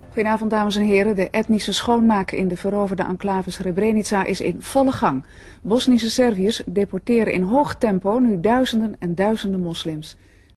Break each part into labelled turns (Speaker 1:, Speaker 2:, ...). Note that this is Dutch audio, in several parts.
Speaker 1: Goedenavond, dames en heren. De etnische schoonmaak in de veroverde enclave Srebrenica is in volle gang. Bosnische Serviërs deporteren in hoog tempo nu duizenden en duizenden moslims.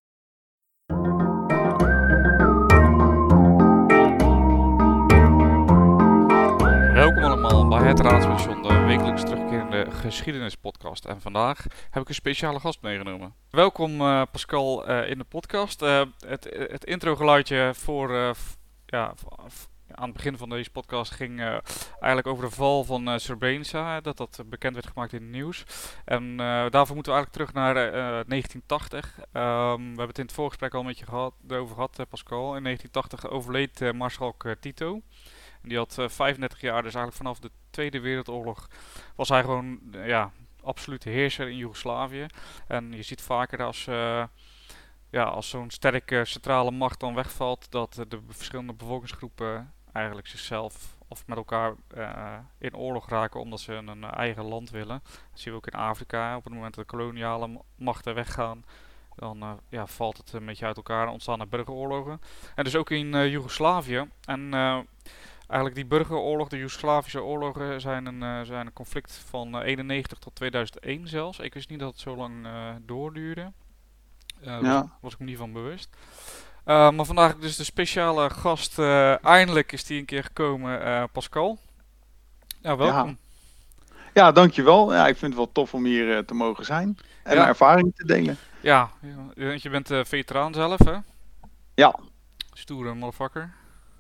Speaker 2: Welkom allemaal bij het Raadstation, de wekelijks terugkerende geschiedenispodcast. En vandaag heb ik een speciale gast meegenomen. Welkom Pascal in de podcast. Het introgeluidje voor aan het begin van deze podcast ging eigenlijk over de val van Srebrenica. Dat bekend werd gemaakt in het nieuws. En daarvoor moeten we eigenlijk terug naar 1980. We hebben het in het voorgesprek al een beetje erover gehad, Pascal. In 1980 overleed Maarschalk Tito. En die had 35 jaar, dus eigenlijk vanaf de Tweede Wereldoorlog was hij gewoon absolute heerser in Joegoslavië. En je ziet vaker als zo'n sterke centrale macht dan wegvalt, dat de verschillende bevolkingsgroepen eigenlijk zichzelf of met elkaar in oorlog raken omdat ze een eigen land willen. Dat zien we ook in Afrika. Op het moment dat de koloniale machten weggaan, dan valt het een beetje uit elkaar en ontstaan er burgeroorlogen. En dus ook in Joegoslavië. En eigenlijk die burgeroorlog, de Joegoslavische oorlogen, zijn een conflict van 91 tot 2001 zelfs. Ik wist niet dat het zo lang doorduurde. Was ik me niet van bewust. Maar vandaag dus de speciale gast. Eindelijk is die een keer gekomen, Pascal. Ja, welkom.
Speaker 3: Ja, dankjewel. Ja, ik vind het wel tof om hier te mogen zijn en mijn ervaringen te delen.
Speaker 2: Ja, want je bent veteraan zelf, hè?
Speaker 3: Ja.
Speaker 2: Stoere motherfucker.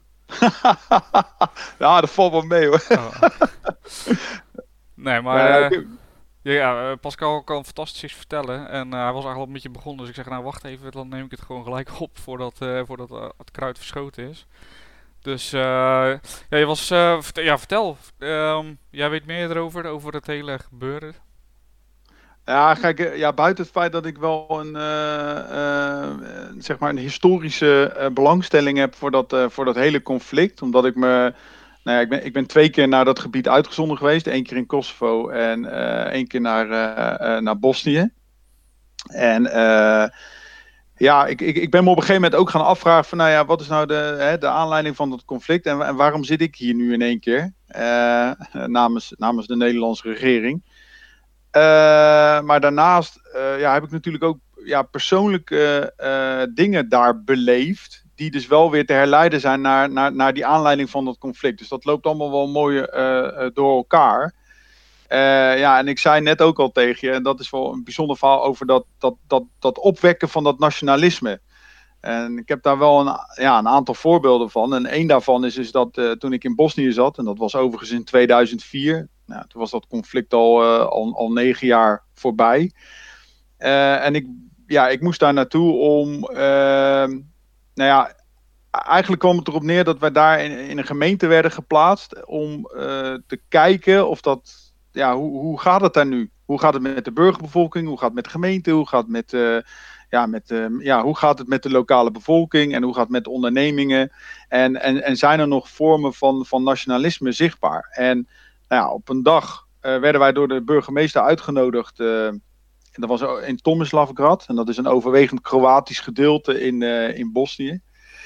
Speaker 3: Ja, dat valt wel mee, hoor.
Speaker 2: Nee, maar Pascal kan fantastisch iets vertellen. En hij was eigenlijk al een beetje begonnen. Dus ik zeg, nou wacht even, dan neem ik het gewoon gelijk op voordat het kruid verschoten is. Dus vertel. Jij weet meer erover, over het hele gebeuren.
Speaker 3: Ja, kijk, buiten het feit dat ik wel een historische belangstelling heb voor dat hele conflict. Omdat ik ben 2 keer naar dat gebied uitgezonden geweest. 1 keer in Kosovo en 1 keer naar Bosnië. En ik ben me op een gegeven moment ook gaan afvragen van, wat is nou de aanleiding van dat conflict en waarom zit ik hier nu in 1 keer namens de Nederlandse regering. Maar daarnaast heb ik natuurlijk ook persoonlijke dingen daar beleefd, die dus wel weer te herleiden zijn naar die aanleiding van dat conflict. Dus dat loopt allemaal wel mooi door elkaar. En ik zei net ook al tegen je, en dat is wel een bijzonder verhaal over dat opwekken van dat nationalisme. En ik heb daar wel een aantal voorbeelden van. En één daarvan is dat toen ik in Bosnië zat, en dat was overigens in 2004... toen was dat conflict al 9 jaar voorbij. En ik moest daar naartoe om... eigenlijk kwam het erop neer dat wij daar in een gemeente werden geplaatst om te kijken of dat... hoe gaat het daar nu? Hoe gaat het met de burgerbevolking? Hoe gaat het met de gemeente? Hoe gaat het met de lokale bevolking? En hoe gaat het met de ondernemingen? En zijn er nog vormen van nationalisme zichtbaar? En op een dag werden wij door de burgemeester uitgenodigd. Dat was in Tomislavgrad. En dat is een overwegend Kroatisch gedeelte in Bosnië.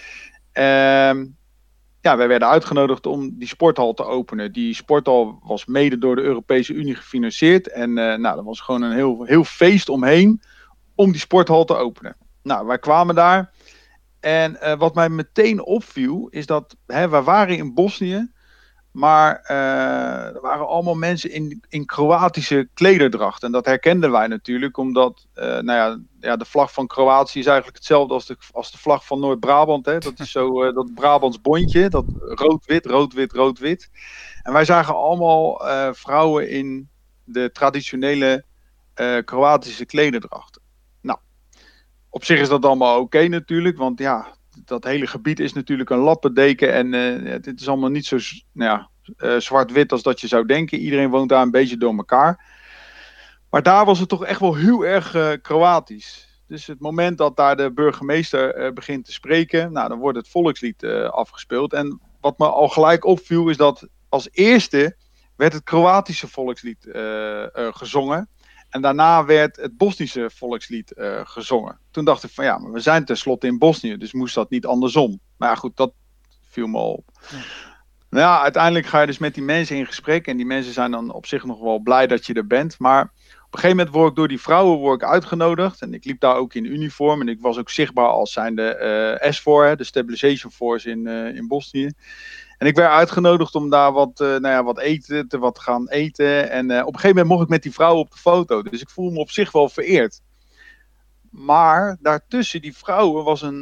Speaker 3: Wij werden uitgenodigd om die sporthal te openen. Die sporthal was mede door de Europese Unie gefinancierd. En er was gewoon een heel feest omheen om die sporthal te openen. Nou, wij kwamen daar. En wat mij meteen opviel is dat we waren in Bosnië. Maar er waren allemaal mensen in Kroatische klederdracht. En dat herkenden wij natuurlijk, omdat de vlag van Kroatië is eigenlijk hetzelfde als de vlag van Noord-Brabant. Hè? Dat is zo dat Brabants bondje, dat rood-wit, rood-wit, rood-wit. En wij zagen allemaal vrouwen in de traditionele Kroatische klederdracht. Nou, op zich is dat allemaal oké natuurlijk, want dat hele gebied is natuurlijk een lappendeken en dit is allemaal niet zo zwart-wit als dat je zou denken. Iedereen woont daar een beetje door elkaar. Maar daar was het toch echt wel heel erg Kroatisch. Dus het moment dat daar de burgemeester begint te spreken, dan wordt het volkslied afgespeeld. En wat me al gelijk opviel is dat als eerste werd het Kroatische volkslied gezongen. En daarna werd het Bosnische volkslied gezongen. Toen dacht ik van maar we zijn tenslotte in Bosnië, dus moest dat niet andersom. Maar ja goed, dat viel me op.
Speaker 2: Ja.
Speaker 3: Nou ja, uiteindelijk ga je dus met die mensen in gesprek. En die mensen zijn dan op zich nog wel blij dat je er bent. Maar op een gegeven moment word ik door die vrouwen uitgenodigd. En ik liep daar ook in uniform. En ik was ook zichtbaar als zijnde SFOR, de Stabilization Force in Bosnië. En ik werd uitgenodigd om daar wat eten te gaan eten. En op een gegeven moment mocht ik met die vrouwen op de foto. Dus ik voel me op zich wel vereerd. Maar daartussen die vrouwen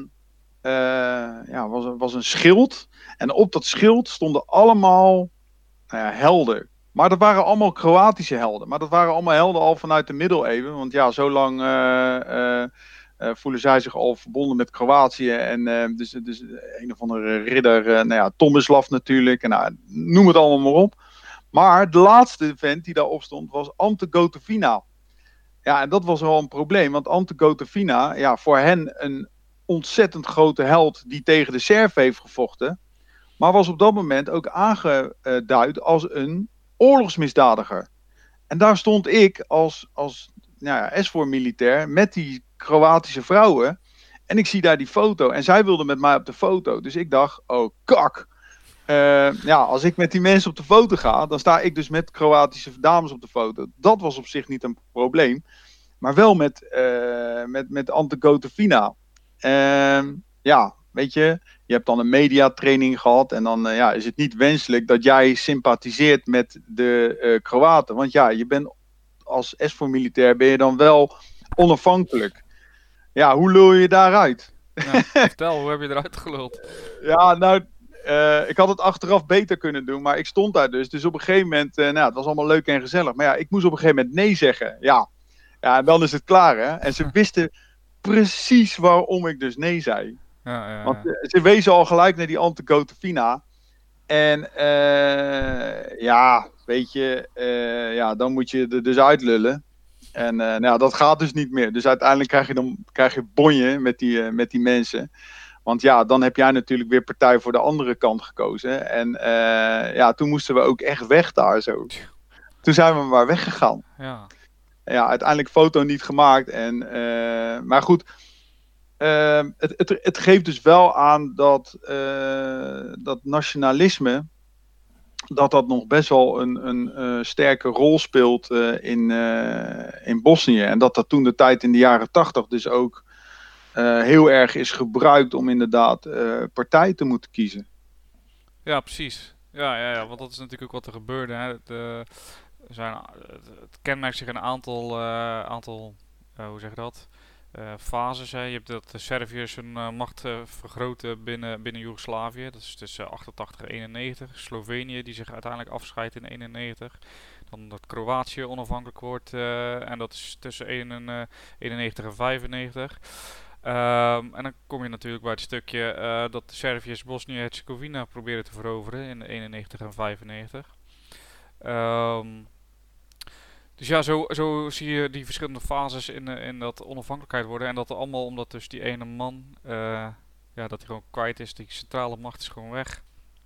Speaker 3: was een schild. En op dat schild stonden allemaal helden. Maar dat waren allemaal Kroatische helden. Maar dat waren allemaal helden al vanuit de middeleeuwen. Want ja, zo lang voelen zij zich al verbonden met Kroatië. En dus een of andere ridder, Tomislav natuurlijk. En noem het allemaal maar op. Maar de laatste vent die daarop stond was Ante Gotovina. Ja, en dat was wel een probleem. Want Ante Gotovina, voor hen een ontzettend grote held die tegen de Serven heeft gevochten. Maar was op dat moment ook aangeduid als een oorlogsmisdadiger. En daar stond ik als SFOR-militair met die Kroatische vrouwen. En ik zie daar die foto. En zij wilden met mij op de foto. Dus ik dacht, oh kak. Als ik met die mensen op de foto ga, dan sta ik dus met Kroatische dames op de foto. Dat was op zich niet een probleem. Maar wel met Ante Gotovina. Weet je hebt dan een mediatraining gehad. En dan is het niet wenselijk dat jij sympathiseert met de Kroaten. Want ja, je bent als SFOR-militair ben je dan wel onafhankelijk. Ja, hoe lul je daaruit?
Speaker 2: Ja, vertel, hoe heb je eruit geluld?
Speaker 3: Ik had het achteraf beter kunnen doen, maar ik stond daar dus. Dus op een gegeven moment, het was allemaal leuk en gezellig. Maar ja, ik moest op een gegeven moment nee zeggen. Ja, en dan is het klaar, hè. En ze wisten precies waarom ik dus nee zei.
Speaker 2: Ja.
Speaker 3: Want ze wezen al gelijk naar die Ante Gotovina. En dan moet je er dus uitlullen. En dat gaat dus niet meer. Dus uiteindelijk krijg je bonje met die mensen. Want ja, dan heb jij natuurlijk weer partij voor de andere kant gekozen. En toen moesten we ook echt weg daar zo. Toen zijn we maar weggegaan.
Speaker 2: Ja.
Speaker 3: Ja, uiteindelijk foto niet gemaakt. Maar goed, het geeft dus wel aan dat nationalisme, dat nog best wel een sterke rol speelt in Bosnië. En dat toen de tijd in de jaren 80 dus ook heel erg is gebruikt om inderdaad partij te moeten kiezen.
Speaker 2: Ja, precies. Ja, want dat is natuurlijk ook wat er gebeurde. Hè. Het kenmerkt zich in een aantal hoe zeg je dat? Fases. Hè. Je hebt dat de Serviërs hun macht vergroten binnen Joegoslavië. Dat is tussen 88 en 91. Slovenië die zich uiteindelijk afscheidt in 91. Dan dat Kroatië onafhankelijk wordt. En dat is tussen 91 en 95. En dan kom je natuurlijk bij het stukje dat de Serviërs Bosnië-Herzegovina proberen te veroveren in 91 en 95. Dus ja, zo zie je die verschillende fases in dat onafhankelijkheid worden. En dat allemaal omdat dus die ene man, dat hij gewoon kwijt is. Die centrale macht is gewoon weg.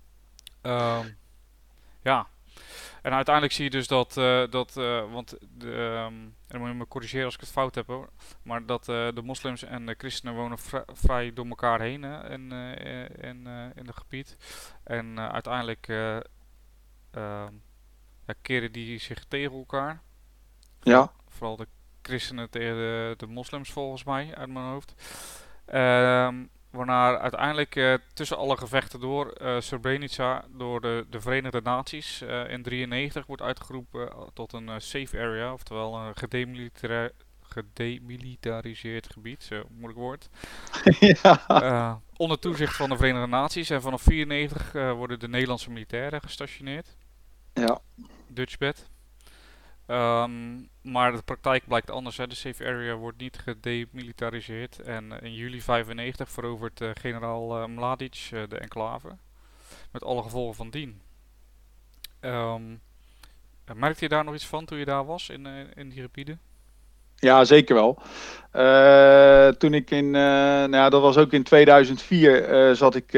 Speaker 2: En uiteindelijk zie je dus en dan moet je me corrigeren als ik het fout heb hoor, maar dat de moslims en de christenen wonen vrij door elkaar heen in het gebied. En uiteindelijk keren die zich tegen elkaar.
Speaker 3: Ja.
Speaker 2: Vooral de christenen tegen de moslims volgens mij, uit mijn hoofd. Waarna uiteindelijk tussen alle gevechten door Srebrenica door de Verenigde Naties in 1993 wordt uitgeroepen tot een safe area, oftewel een gedemilitariseerd gebied, zo moeilijk woord.
Speaker 3: Ja.
Speaker 2: Onder toezicht van de Verenigde Naties en vanaf 1994 worden de Nederlandse militairen gestationeerd.
Speaker 3: Ja.
Speaker 2: Dutchbed. Maar de praktijk blijkt anders. Hè. De safe area wordt niet gedemilitariseerd. En in juli 1995 verovert generaal Mladic de enclave. Met alle gevolgen van dien. Merkte je daar nog iets van toen je daar was in die gebieden?
Speaker 3: Ja, zeker wel. Toen ik dat was ook in 2004, zat ik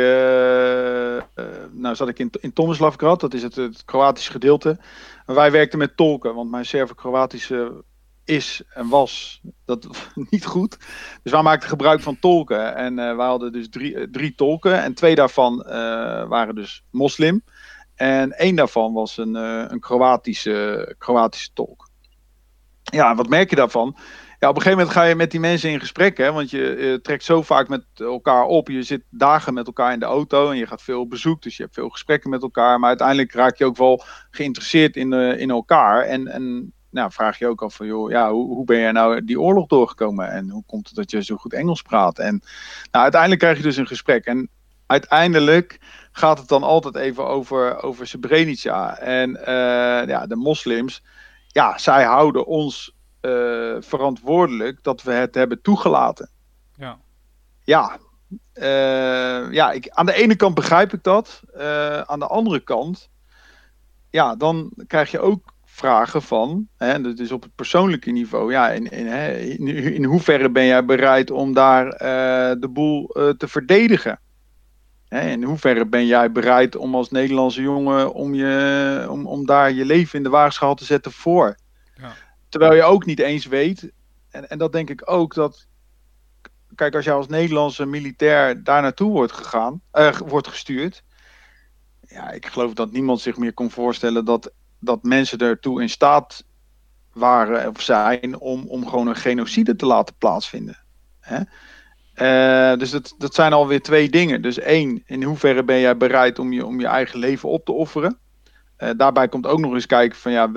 Speaker 3: in Tomislavgrad, dat is het Kroatische gedeelte. En wij werkten met tolken, want mijn Servo-Kroatische is en was dat niet goed. Dus wij maakten gebruik van tolken. En wij hadden dus drie tolken. En 2 daarvan waren dus moslim. En 1 daarvan was een Kroatische tolk. Ja, wat merk je daarvan? Ja, op een gegeven moment ga je met die mensen in gesprek, hè, want je trekt zo vaak met elkaar op. Je zit dagen met elkaar in de auto en je gaat veel op bezoek, dus je hebt veel gesprekken met elkaar. Maar uiteindelijk raak je ook wel geïnteresseerd in elkaar. En nou, vraag je ook af van, joh, ja, hoe ben jij nou die oorlog doorgekomen? En hoe komt het dat je zo goed Engels praat? En nou, uiteindelijk krijg je dus een gesprek. En uiteindelijk gaat het dan altijd even over Srebrenica. En ja, de moslims, ja, zij houden ons verantwoordelijk dat we het hebben toegelaten.
Speaker 2: Ja.
Speaker 3: Ja, aan de ene kant begrijp ik dat. Aan de andere kant, ja, dan krijg je ook vragen van, hè, dat is op het persoonlijke niveau, ja, in hoeverre ben jij bereid om daar de boel te verdedigen? Hè, in hoeverre ben jij bereid om als Nederlandse jongen om daar je leven in de waagschaal te zetten voor?
Speaker 2: Ja.
Speaker 3: Terwijl je ook niet eens weet, en dat denk ik ook, dat, kijk, als jij als Nederlandse militair daar naartoe wordt gestuurd, ja, ik geloof dat niemand zich meer kon voorstellen dat mensen ertoe in staat waren of zijn om gewoon een genocide te laten plaatsvinden. Hè? Dus dat zijn alweer 2 dingen. Dus 1, in hoeverre ben jij bereid om je eigen leven op te offeren? Daarbij komt ook nog eens kijken van, ja,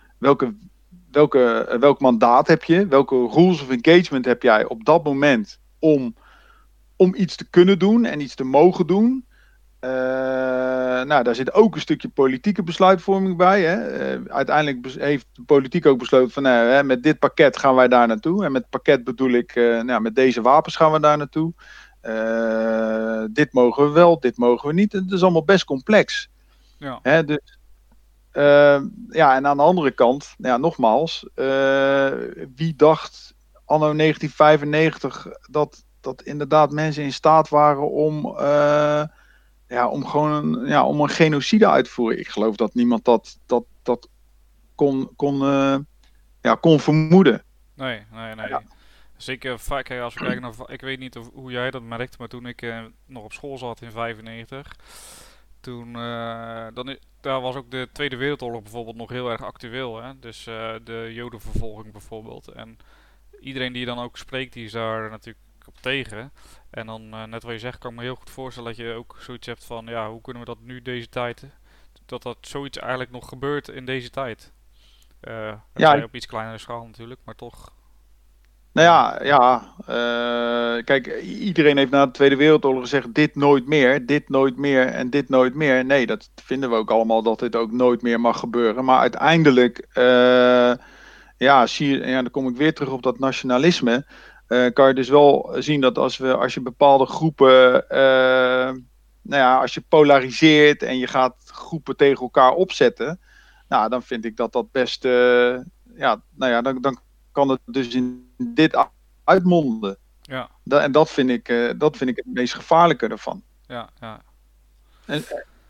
Speaker 3: welk mandaat heb je? Welke rules of engagement heb jij op dat moment om iets te kunnen doen en iets te mogen doen? Nou, daar zit ook een stukje politieke besluitvorming bij. Hè? Uiteindelijk heeft de politiek ook besloten van, met dit pakket gaan wij daar naartoe. En met pakket bedoel ik, met deze wapens gaan we daar naartoe. Dit mogen we wel, dit mogen we niet. Het is allemaal best complex.
Speaker 2: Ja.
Speaker 3: Hè? Dus, ja, en aan de andere kant, ja, nogmaals, wie dacht anno 1995 dat inderdaad mensen in staat waren om om een genocide uit te voeren? Ik geloof dat niemand dat kon vermoeden.
Speaker 2: Nee.
Speaker 3: Ja.
Speaker 2: Zeker vaak, als we kijken naar, ik weet niet hoe jij dat merkt, maar toen ik nog op school zat in 95, toen, daar was ook de Tweede Wereldoorlog bijvoorbeeld nog heel erg actueel. Hè? Dus de Jodenvervolging bijvoorbeeld. En iedereen die je dan ook spreekt, die is daar natuurlijk op tegen. En dan, net wat je zegt, kan ik me heel goed voorstellen dat je ook zoiets hebt van, ja, hoe kunnen we dat nu deze tijd, dat zoiets eigenlijk nog gebeurt in deze tijd. Het zij op iets kleinere schaal natuurlijk, maar toch.
Speaker 3: Nou kijk, iedereen heeft na de Tweede Wereldoorlog gezegd, dit nooit meer en dit nooit meer. Nee, dat vinden we ook allemaal, dat dit ook nooit meer mag gebeuren. Maar uiteindelijk, zie je, dan kom ik weer terug op dat nationalisme. Kan je dus wel zien dat als je bepaalde groepen, als je polariseert en je gaat groepen tegen elkaar opzetten, nou, dan vind ik dat best, dan kan het dus in dit uitmonden.
Speaker 2: Ja.
Speaker 3: En dat vind ik het meest gevaarlijke ervan.
Speaker 2: Ja.
Speaker 3: En,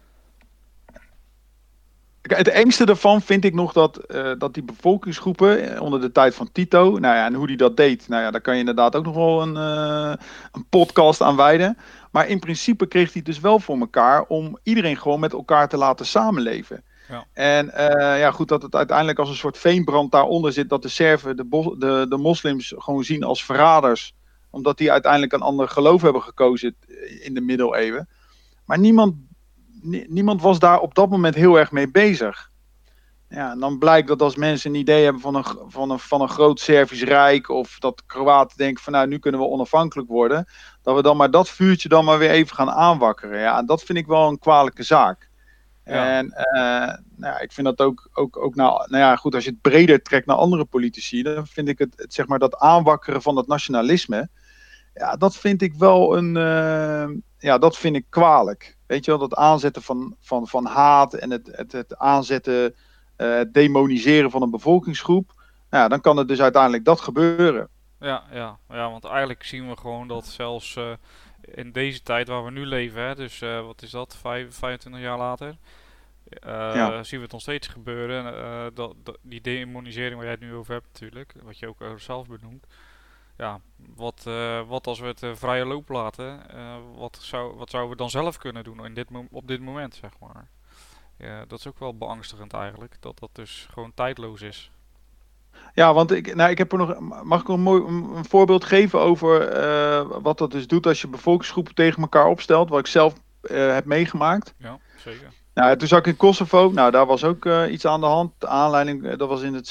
Speaker 3: het engste daarvan vind ik nog dat die bevolkingsgroepen onder de tijd van Tito, en hoe die dat deed, daar kan je inderdaad ook nog wel een podcast aan wijden. Maar in principe kreeg hij het dus wel voor elkaar om iedereen gewoon met elkaar te laten samenleven.
Speaker 2: Ja.
Speaker 3: En goed, dat het uiteindelijk als een soort veenbrand daaronder zit, dat de Serven de moslims gewoon zien als verraders, omdat die uiteindelijk een ander geloof hebben gekozen in de middeleeuwen. Maar niemand was daar op dat moment heel erg mee bezig. Ja, en dan blijkt dat als mensen een idee hebben van een groot Servisch Rijk, of dat Kroaten denken van, nu kunnen we onafhankelijk worden, dat we dan maar dat vuurtje dan maar weer even gaan aanwakkeren. Ja, en dat vind ik wel een kwalijke zaak. Ja. En ik vind dat ook goed, als je het breder trekt naar andere politici, dan vind ik het zeg maar dat aanwakkeren van dat nationalisme, ja, dat vind ik wel dat vind ik kwalijk. Weet je wel, dat aanzetten van haat en het aanzetten, het demoniseren van een bevolkingsgroep, dan kan het dus uiteindelijk dat gebeuren.
Speaker 2: Ja, want eigenlijk zien we gewoon dat zelfs in deze tijd waar we nu leven, hè, dus wat is dat, 25 jaar later, zien we het nog steeds gebeuren. Die demonisering waar jij het nu over hebt natuurlijk, wat je ook zelf benoemt. Ja, wat als we het vrije loop laten? Wat zouden we dan zelf kunnen doen op dit moment, zeg maar? Ja, dat is ook wel beangstigend eigenlijk, dat dat dus gewoon tijdloos is.
Speaker 3: Ja, want ik heb er nog. Mag ik een voorbeeld geven over wat dat dus doet als je bevolkingsgroepen tegen elkaar opstelt, wat ik zelf heb meegemaakt?
Speaker 2: Ja, zeker.
Speaker 3: Nou, toen zat ik in Kosovo. Nou, daar was ook iets aan de hand. De aanleiding, dat was in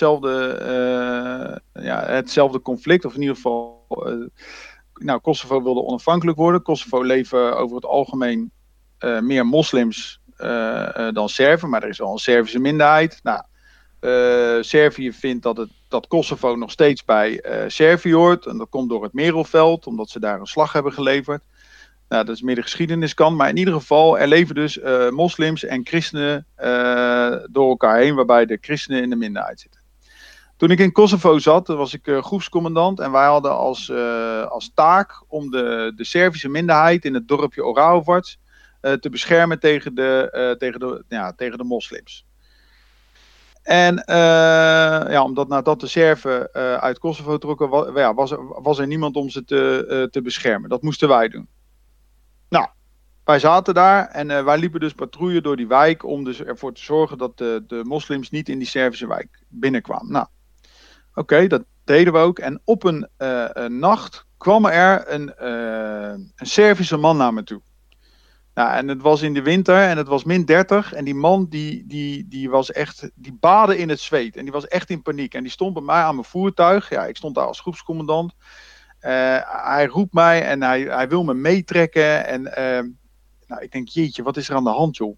Speaker 3: hetzelfde conflict, of in ieder geval. Nou, Kosovo wilde onafhankelijk worden. Kosovo leven over het algemeen meer moslims dan Serven, maar er is wel een Servische minderheid. Nou, Servië vindt dat Kosovo nog steeds bij Servië hoort. En dat komt door het Merelveld, omdat ze daar een slag hebben geleverd. Nou, dat is meer de geschiedeniskant. Maar in ieder geval, er leven dus moslims en christenen door elkaar heen, waarbij de christenen in de minderheid zitten. Toen ik in Kosovo zat, was ik groepscommandant. En wij hadden als taak om de Servische minderheid in het dorpje Orahovac te beschermen tegen de moslims. En omdat nadat de Serven uit Kosovo trokken, was er niemand om ze te beschermen. Dat moesten wij doen. Nou, wij zaten daar en wij liepen dus patrouille door die wijk om dus ervoor te zorgen dat de moslims niet in die Servische wijk binnenkwamen. Nou, oké, dat deden we ook. En op een nacht kwam er een Servische man naar me toe. Nou, en het was in de winter en het was -30. En die man die was echt, die baadde in het zweet. En die was echt in paniek. En die stond bij mij aan mijn voertuig. Ja, ik stond daar als groepscommandant. Hij roept mij en hij wil me meetrekken. En nou, ik denk, jeetje, wat is er aan de hand, joh?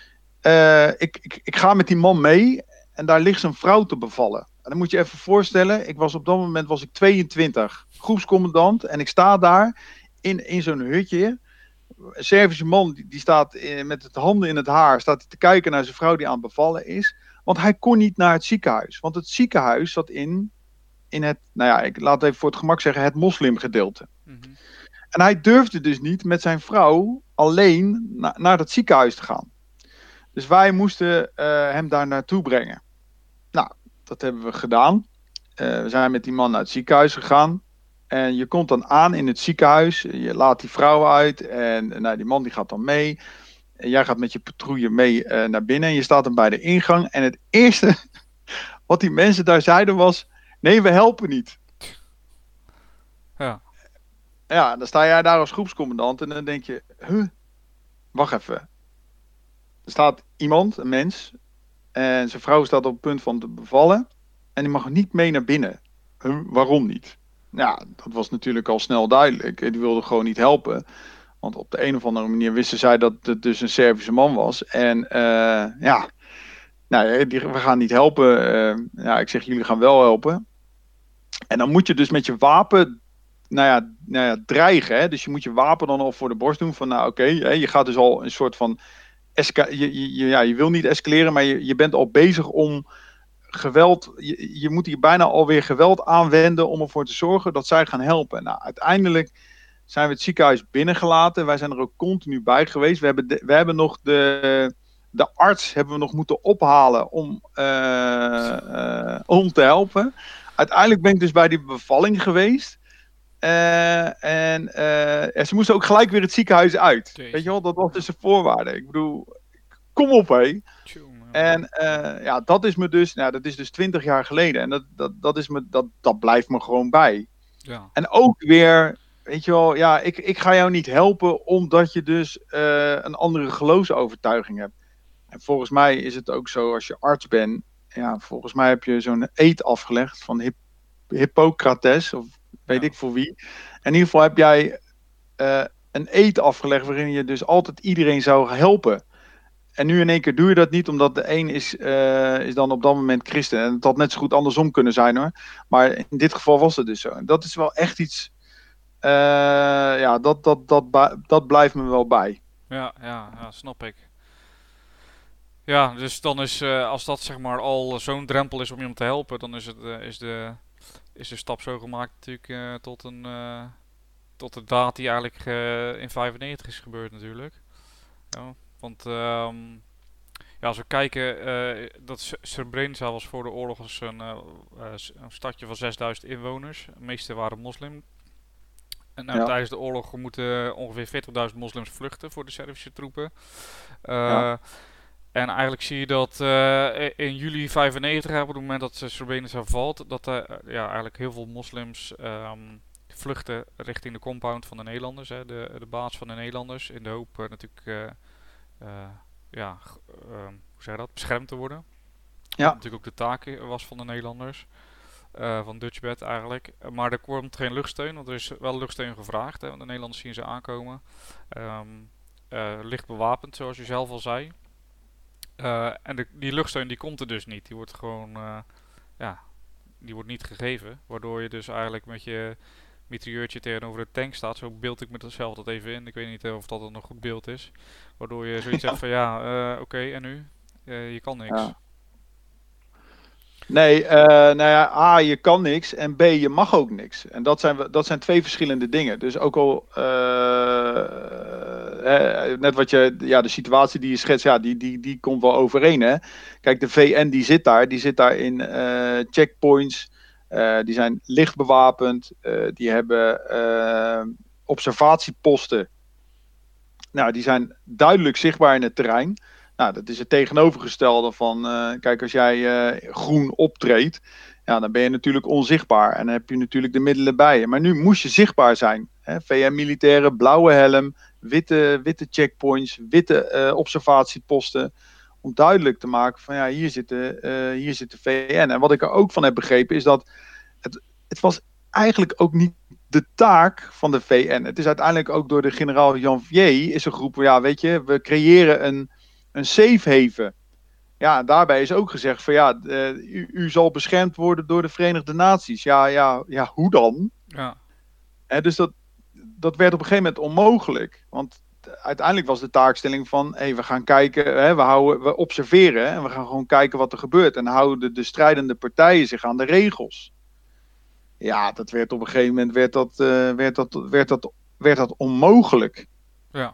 Speaker 3: Ik ga met die man mee. En daar ligt zijn vrouw te bevallen. En dan moet je even voorstellen, op dat moment was ik 22, groepscommandant. En ik sta daar in zo'n hutje. Een Servische man die staat met het handen in het haar, staat te kijken naar zijn vrouw die aan het bevallen is. Want hij kon niet naar het ziekenhuis. Want het ziekenhuis zat in het, nou ja, ik laat het even voor het gemak zeggen, het moslimgedeelte. Mm-hmm. En hij durfde dus niet met zijn vrouw alleen naar dat ziekenhuis te gaan. Dus wij moesten hem daar naartoe brengen. Nou, dat hebben we gedaan. We zijn met die man naar het ziekenhuis gegaan. En je komt dan aan in het ziekenhuis. Je laat die vrouw uit. En die man die gaat dan mee. En jij gaat met je patrouille mee naar binnen. En je staat dan bij de ingang. En het eerste wat die mensen daar zeiden was: nee, we helpen niet.
Speaker 2: Ja.
Speaker 3: Ja, dan sta jij daar als groepscommandant. En dan denk je: wacht even. Er staat iemand, een mens. En zijn vrouw staat op het punt van te bevallen. En die mag niet mee naar binnen. Waarom niet? Ja, dat was natuurlijk al snel duidelijk. Die wilde gewoon niet helpen. Want op de een of andere manier wisten zij dat het dus een Servische man was. En we gaan niet helpen. Ik zeg, jullie gaan wel helpen. En dan moet je dus met je wapen, dreigen. Hè? Dus je moet je wapen dan al voor de borst doen. Van oké, je gaat dus al een soort van... je wil niet escaleren, maar je bent al bezig om... geweld, je moet hier bijna alweer geweld aanwenden om ervoor te zorgen dat zij gaan helpen. Nou, uiteindelijk zijn we het ziekenhuis binnengelaten. Wij zijn er ook continu bij geweest. We hebben nog de arts hebben we nog moeten ophalen om te helpen. Uiteindelijk ben ik dus bij die bevalling geweest. Ze moesten ook gelijk weer het ziekenhuis uit. Jeetje. Weet je wel, dat was dus een voorwaarde. Ik bedoel, kom op hé. En dat is me dus, dat is dus 20 jaar geleden. En dat blijft me gewoon bij. Ja. En ook weer, weet je wel, ja, ik ga jou niet helpen omdat je dus een andere geloofsovertuiging hebt. En volgens mij is het ook zo, als je arts bent, ja, volgens mij heb je zo'n eed afgelegd van Hippocrates, of weet ik voor wie. In ieder geval heb jij een eed afgelegd waarin je dus altijd iedereen zou helpen. En nu in één keer doe je dat niet, omdat de een is dan op dat moment christen. En het had net zo goed andersom kunnen zijn hoor. Maar in dit geval was het dus zo. En dat is wel echt iets, dat blijft me wel bij.
Speaker 2: Ja, snap ik. Ja, dus dan is, als dat zeg maar al zo'n drempel is om iemand te helpen, dan is de stap zo gemaakt natuurlijk tot de daad die eigenlijk in 1995 is gebeurd natuurlijk. Ja. Want als we kijken, dat Srebrenica was voor de oorlog een stadje van 6000 inwoners. De meeste waren moslim. En tijdens de oorlog moeten ongeveer 40.000 moslims vluchten voor de Servische troepen. En eigenlijk zie je dat in juli 95, op het moment dat Srebrenica valt, dat eigenlijk heel veel moslims vluchten richting de compound van de Nederlanders, de baas van de Nederlanders, in de hoop natuurlijk hoe zeg je dat, beschermd te worden.
Speaker 3: Ja.
Speaker 2: Wat natuurlijk ook de taak was van de Nederlanders, van Dutchbat eigenlijk. Maar er komt geen luchtsteun, want er is wel luchtsteun gevraagd, want de Nederlanders zien ze aankomen. Licht bewapend, zoals je zelf al zei. En die luchtsteun die komt er dus niet. Die wordt gewoon die wordt niet gegeven. Waardoor je dus eigenlijk met je mitrailleurtje tegenover de tank staat. Zo beeld ik mezelf dat even in. Ik weet niet of dat een goed beeld is. Waardoor je zoiets zegt van oké, en nu? Je kan niks.
Speaker 3: Ja. Nee, A, je kan niks en B, je mag ook niks. En dat zijn twee verschillende dingen. Dus ook al, net wat de situatie die je schetst, die komt wel overeen. Hè? Kijk, de VN die zit daar in checkpoints. Die zijn licht bewapend. Die hebben observatieposten. Nou, die zijn duidelijk zichtbaar in het terrein. Nou, dat is het tegenovergestelde van, kijk, als jij groen optreedt, dan ben je natuurlijk onzichtbaar en dan heb je natuurlijk de middelen bij je. Maar nu moest je zichtbaar zijn. VN-militairen, blauwe helm, witte checkpoints, witte observatieposten, om duidelijk te maken van, hier zit de VN. En wat ik er ook van heb begrepen is dat het was eigenlijk ook niet de taak van de VN. Het is uiteindelijk ook door de generaal Janvier is er geroepen, weet je, we creëren een safe haven. Ja, daarbij is ook gezegd van u zal beschermd worden door de Verenigde Naties. Ja, hoe dan?
Speaker 2: Ja.
Speaker 3: Dus dat werd op een gegeven moment onmogelijk. Want uiteindelijk was de taakstelling van, we gaan kijken, we observeren en we gaan gewoon kijken wat er gebeurt. En houden de strijdende partijen zich aan de regels. Ja, dat werd op een gegeven moment werd dat onmogelijk.
Speaker 2: Ja.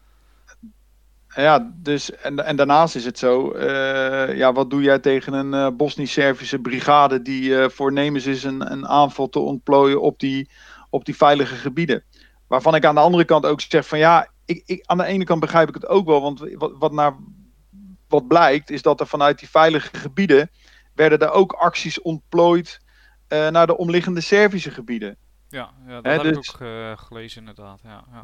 Speaker 3: Ja, dus en daarnaast is het zo, wat doe jij tegen een Bosnisch-Servische brigade die voornemens is een aanval te ontplooien op die veilige gebieden? Waarvan ik aan de andere kant ook zeg van ik aan de ene kant begrijp ik het ook wel, want wat blijkt is dat er vanuit die veilige gebieden werden er ook acties ontplooid naar de omliggende Servische gebieden.
Speaker 2: Ja, dat heb ik ook gelezen inderdaad.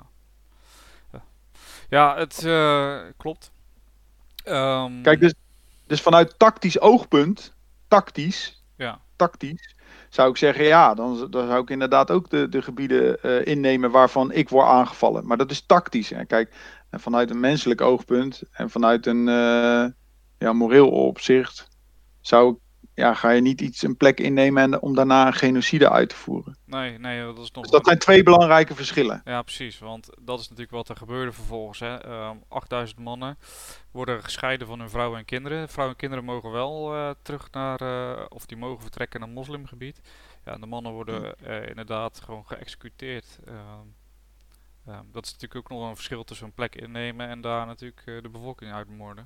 Speaker 2: Ja, het klopt.
Speaker 3: Kijk, dus vanuit tactisch oogpunt, tactisch, zou ik zeggen, dan zou ik inderdaad ook de gebieden innemen waarvan ik word aangevallen. Maar dat is tactisch. Hè. Kijk, en vanuit een menselijk oogpunt en vanuit een moreel opzicht ga je niet een plek innemen om daarna een genocide uit te voeren.
Speaker 2: Nee, dat is nog.
Speaker 3: Dus dat zijn twee belangrijke verschillen.
Speaker 2: Ja, precies, want dat is natuurlijk wat er gebeurde vervolgens. 8000 mannen worden gescheiden van hun vrouwen en kinderen. Vrouwen en kinderen mogen wel terug naar, of die mogen vertrekken naar moslimgebied. Ja, en de mannen worden inderdaad gewoon geëxecuteerd. Dat is natuurlijk ook nog een verschil tussen een plek innemen en daar natuurlijk de bevolking uitmoorden.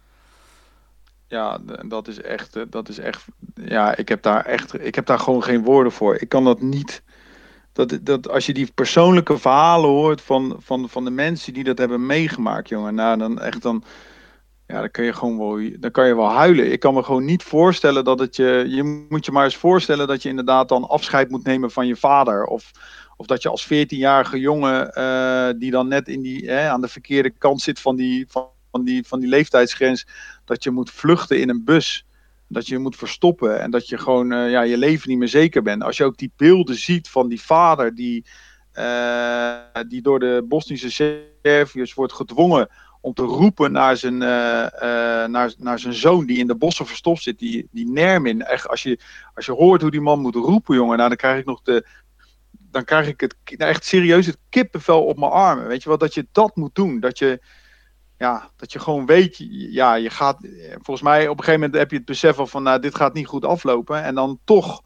Speaker 3: Ja, dat is echt. Ja, ik heb daar gewoon geen woorden voor. Ik kan dat niet. Dat als je die persoonlijke verhalen hoort van de mensen die dat hebben meegemaakt, jongen, dan kan je gewoon wel huilen. Ik kan me gewoon niet voorstellen dat je moet je maar eens voorstellen dat je inderdaad dan afscheid moet nemen van je vader, of dat je als 14-jarige jongen die dan net aan de verkeerde kant zit van die leeftijdsgrens, dat je moet vluchten in een bus, dat je moet verstoppen en dat je gewoon je leven niet meer zeker bent. Als je ook die beelden ziet van die vader die door de Bosnische Serviërs wordt gedwongen om te roepen naar zijn zoon die in de bossen verstopt zit, die Nermin. Echt, als je hoort hoe die man moet roepen, jongen, dan krijg ik echt serieus het kippenvel op mijn armen. Weet je wat, dat je dat moet doen, dat je gewoon weet, je gaat, volgens mij op een gegeven moment heb je het besef van, dit gaat niet goed aflopen. En dan toch,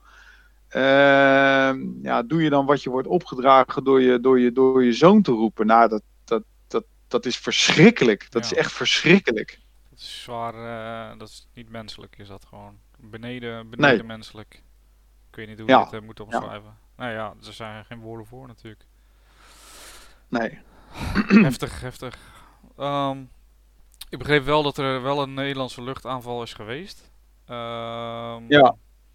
Speaker 3: doe je dan wat je wordt opgedragen door je zoon te roepen. Nou, dat is verschrikkelijk. Dat is echt verschrikkelijk.
Speaker 2: Dat is is zwaar, dat is niet menselijk, is dat gewoon. Beneden
Speaker 3: Nee.
Speaker 2: menselijk. Ik weet niet hoe
Speaker 3: Ja.
Speaker 2: je het moet omschrijven. Nou ja, er zijn geen woorden voor natuurlijk.
Speaker 3: Nee.
Speaker 2: Heftig. Ik begreep wel dat er wel een Nederlandse luchtaanval is geweest.
Speaker 3: Ja.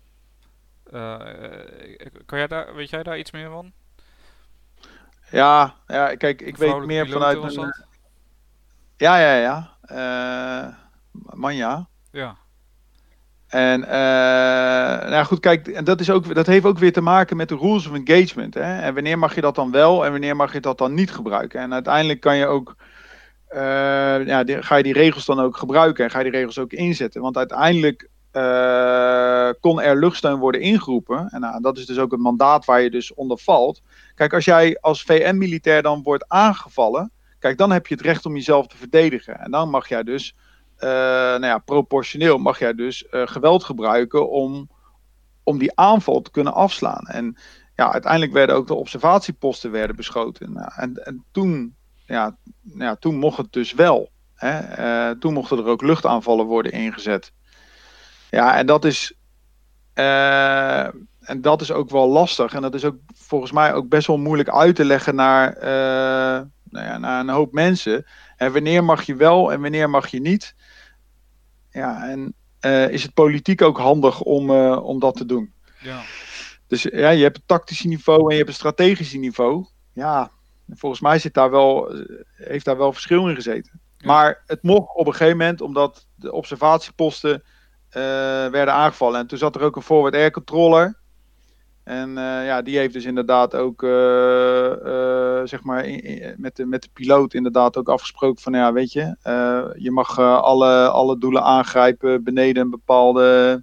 Speaker 2: Weet jij daar iets meer van?
Speaker 3: Ja, kijk, ik weet
Speaker 2: Vrouwelijke
Speaker 3: meer
Speaker 2: piloten
Speaker 3: vanuit
Speaker 2: was
Speaker 3: een...
Speaker 2: dat?
Speaker 3: Ja. Manja.
Speaker 2: Ja.
Speaker 3: En nou goed, kijk, en dat heeft ook weer te maken met de rules of engagement. Hè? En wanneer mag je dat dan wel en wanneer mag je dat dan niet gebruiken? En uiteindelijk kan je ook, ga je die regels dan ook gebruiken en ga je die regels ook inzetten. Want uiteindelijk kon er luchtsteun worden ingeroepen. En nou, dat is dus ook het mandaat waar je dus onder valt. Kijk, als jij als VN-militair dan wordt aangevallen, kijk, dan heb je het recht om jezelf te verdedigen. En dan mag jij dus proportioneel mag jij dus geweld gebruiken om die aanval te kunnen afslaan. En ja, uiteindelijk werden ook de observatieposten beschoten. Nou, en toen mocht het dus wel. Hè? Toen mochten er ook luchtaanvallen worden ingezet. Ja, en dat is ook wel lastig. En dat is ook volgens mij ook best wel moeilijk uit te leggen naar een hoop mensen. En wanneer mag je wel en wanneer mag je niet? Ja, en is het politiek ook handig om dat te doen?
Speaker 2: Ja.
Speaker 3: Dus ja, je hebt het tactische niveau en je hebt het strategische niveau. Ja, volgens mij heeft daar wel verschil in gezeten.
Speaker 2: Ja.
Speaker 3: Maar het mocht op een gegeven moment, omdat de observatieposten werden aangevallen. En toen zat er ook een forward air controller. En die heeft dus inderdaad ook met de piloot inderdaad ook afgesproken van ja, weet je, je mag alle doelen aangrijpen beneden een bepaalde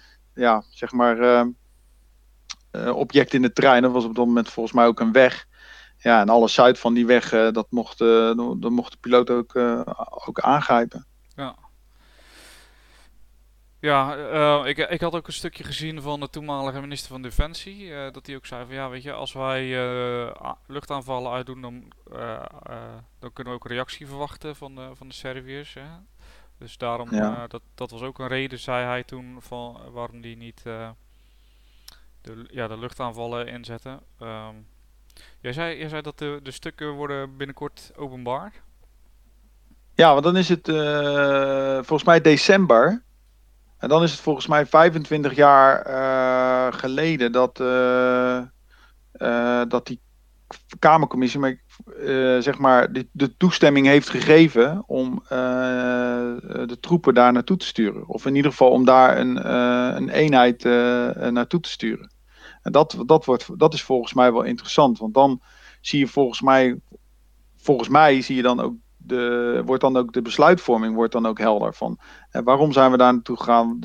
Speaker 3: object in de trein. Dat was op dat moment volgens mij ook een weg. Ja, en alles zuid van die weg, dat mocht de piloot ook aangrijpen.
Speaker 2: Ja. Ja, ik had ook een stukje gezien van de toenmalige minister van Defensie. Dat hij ook zei van ja, weet je, als wij luchtaanvallen uitdoen, dan kunnen we ook een reactie verwachten van de Serviërs. Hè? Dus daarom, dat was ook een reden, zei hij toen, van waarom die niet de luchtaanvallen inzetten. Jij zei dat de stukken worden binnenkort openbaar.
Speaker 3: Ja, want dan is het volgens mij december. En dan is het volgens mij 25 jaar geleden dat die Kamercommissie de toestemming heeft gegeven om de troepen daar naartoe te sturen. Of in ieder geval om daar een eenheid naartoe te sturen. En dat is volgens mij wel interessant. Want dan zie je volgens mij zie je dan ook wordt dan ook de besluitvorming wordt dan ook helder van waarom zijn we daar naartoe gegaan,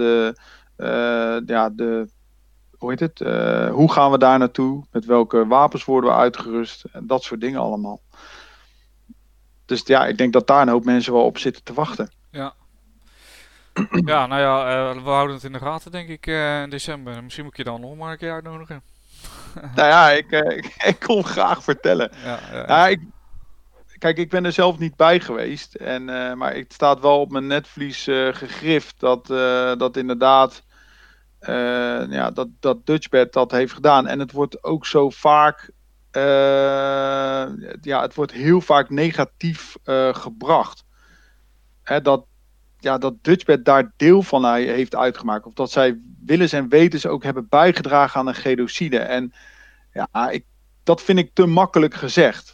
Speaker 3: hoe gaan we daar naartoe, met welke wapens worden we uitgerust en dat soort dingen allemaal. Dus ja, ik denk dat daar een hoop mensen wel op zitten te wachten.
Speaker 2: Ja. Ja, nou ja, we houden het in de gaten denk ik in december. Misschien moet ik je dan nog maar een keer uitnodigen.
Speaker 3: Nou ja, ik kon graag vertellen. Kijk, ik ben er zelf niet bij geweest. Maar het staat wel op mijn netvlies gegrift dat inderdaad dat Dutchbat dat heeft gedaan. En het wordt ook zo vaak, het wordt heel vaak negatief gebracht. Dat Dutchbat daar deel van heeft uitgemaakt. Of dat zij willens en wetens ook hebben bijgedragen aan een genocide. En ja, dat vind ik te makkelijk gezegd.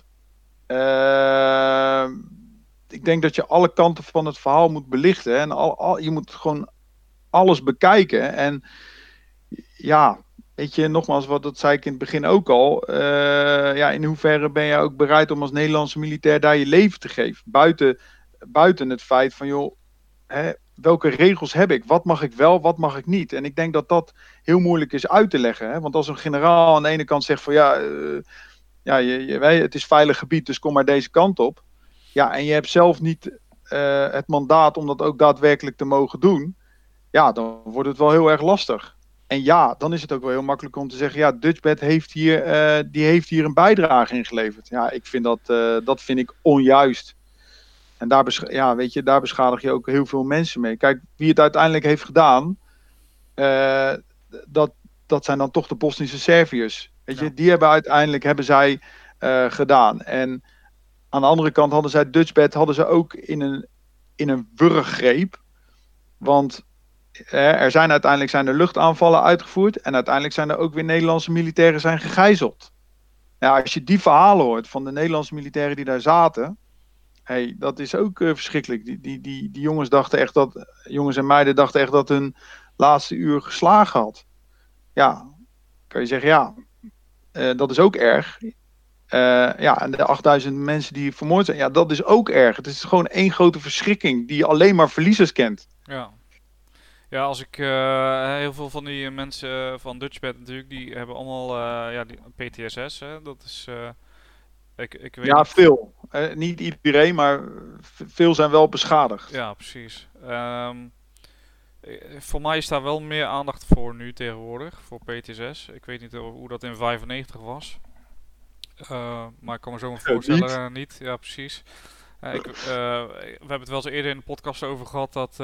Speaker 3: Ik denk dat je alle kanten van het verhaal moet belichten. En je moet gewoon alles bekijken. En ja, weet je, nogmaals, dat zei ik in het begin ook al. In hoeverre ben je ook bereid om als Nederlandse militair daar je leven te geven? Buiten het feit van, joh, welke regels heb ik? Wat mag ik wel, wat mag ik niet? En ik denk dat dat heel moeilijk is uit te leggen. Hè? Want als een generaal aan de ene kant zegt van het is veilig gebied, dus kom maar deze kant op. Ja, en je hebt zelf niet het mandaat om dat ook daadwerkelijk te mogen doen. Ja, dan wordt het wel heel erg lastig. En ja, dan is het ook wel heel makkelijk om te zeggen, ja, Dutchbat heeft hier een bijdrage in geleverd. Ja, ik vind dat vind ik onjuist. En daar beschadig je ook heel veel mensen mee. Kijk, wie het uiteindelijk heeft gedaan, dat zijn dan toch de Bosnische Serviërs. Weet je, die hebben zij gedaan. En aan de andere kant hadden zij Dutchbat ook in een wurggreep. Want uiteindelijk zijn er luchtaanvallen uitgevoerd. En uiteindelijk zijn er ook weer Nederlandse militairen zijn gegijzeld. Ja, als je die verhalen hoort van de Nederlandse militairen die daar zaten. Dat is ook verschrikkelijk. Die jongens en meiden dachten echt dat hun laatste uur geslagen had. Ja, kan je zeggen, dat is ook erg. En de 8000 mensen die vermoord zijn, ja, dat is ook erg. Het is gewoon één grote verschrikking die alleen maar verliezers kent.
Speaker 2: Ja. Ja, als ik heel veel van die mensen van Dutchbat natuurlijk, die hebben allemaal die PTSS. Hè? Dat is, ik weet niet.
Speaker 3: Veel. Niet iedereen, maar veel zijn wel beschadigd.
Speaker 2: Ja, precies. Voor mij is daar wel meer aandacht voor nu tegenwoordig, voor PTSS. Ik weet niet hoe dat in 95 was. Maar ik kan me zo maar voorstellen, niet. Ja, precies. We hebben het wel eens eerder in de podcast over gehad dat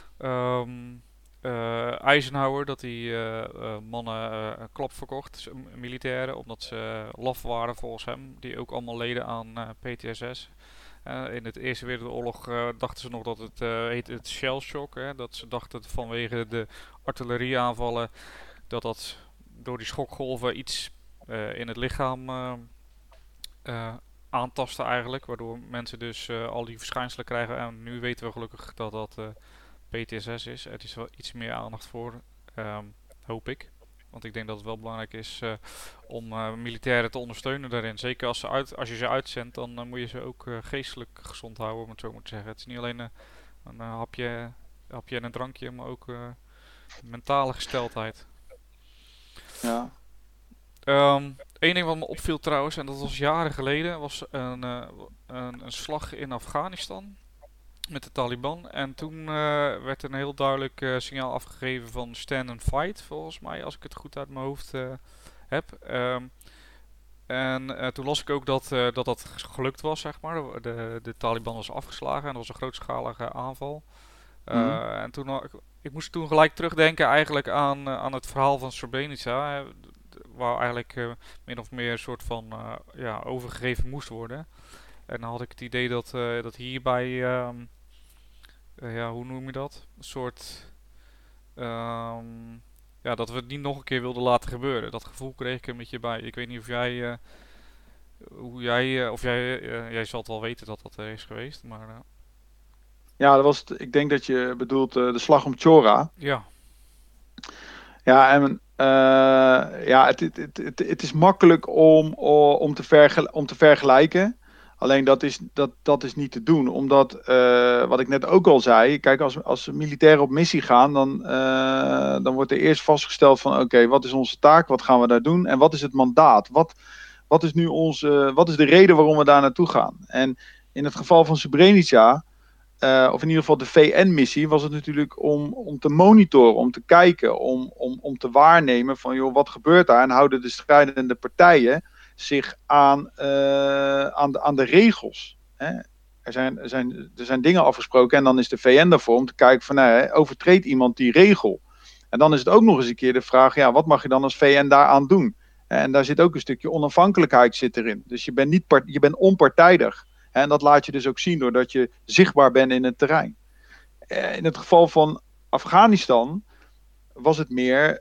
Speaker 2: Eisenhower, dat die mannen een klap verkocht, militairen, omdat ze laf waren volgens hem, die ook allemaal leden aan PTSS. In de Eerste Wereldoorlog dachten ze nog dat het heette het shell shock. Dat ze dachten vanwege de artillerieaanvallen dat door die schokgolven iets in het lichaam aantasten eigenlijk. Waardoor mensen dus al die verschijnselen krijgen. En nu weten we gelukkig dat dat PTSS is. Er is wel iets meer aandacht voor, hoop ik. Want ik denk dat het wel belangrijk is om militairen te ondersteunen daarin. Zeker als je ze uitzendt, dan moet je ze ook geestelijk gezond houden, om het zo maar te zeggen. Het is niet alleen een hapje en een drankje, maar ook mentale gesteldheid.
Speaker 3: Ja.
Speaker 2: Eén ding wat me opviel trouwens, en dat was jaren geleden, was een slag in Afghanistan met de Taliban. En toen werd een heel duidelijk signaal afgegeven van stand and fight, volgens mij, als ik het goed uit mijn hoofd heb. Toen las ik ook dat gelukt was, zeg maar. De Taliban was afgeslagen en dat was een grootschalige aanval. En ik moest toen gelijk terugdenken eigenlijk aan het verhaal van Srebrenica, waar eigenlijk min of meer een soort van overgegeven moest worden. En dan had ik het idee dat hierbij, hoe noem je dat? Een soort, dat we het niet nog een keer wilden laten gebeuren. Dat gevoel kreeg ik een beetje bij. Ik weet niet of jij zal het wel weten dat dat er is geweest, maar...
Speaker 3: Ja, ik denk dat je bedoelt de slag om Chora.
Speaker 2: Ja.
Speaker 3: Ja, en het is makkelijk om te vergelijken. Alleen dat is niet te doen. Omdat, wat ik net ook al zei, kijk, als militairen op missie gaan, dan wordt er eerst vastgesteld van oké, wat is onze taak, wat gaan we daar doen en wat is het mandaat? Wat is de reden waarom we daar naartoe gaan? En in het geval van Srebrenica, of in ieder geval de VN-missie, was het natuurlijk om te monitoren, om te kijken, om te waarnemen van joh, wat gebeurt daar en houden de strijdende partijen zich aan de regels. Hè? Er zijn dingen afgesproken en dan is de VN daarvoor om te kijken van overtreedt iemand die regel. En dan is het ook nog eens een keer de vraag, ja, wat mag je dan als VN daaraan doen? En daar zit ook een stukje onafhankelijkheid zit erin. Dus je bent onpartijdig. En dat laat je dus ook zien doordat je zichtbaar bent in het terrein. In het geval van Afghanistan was het meer,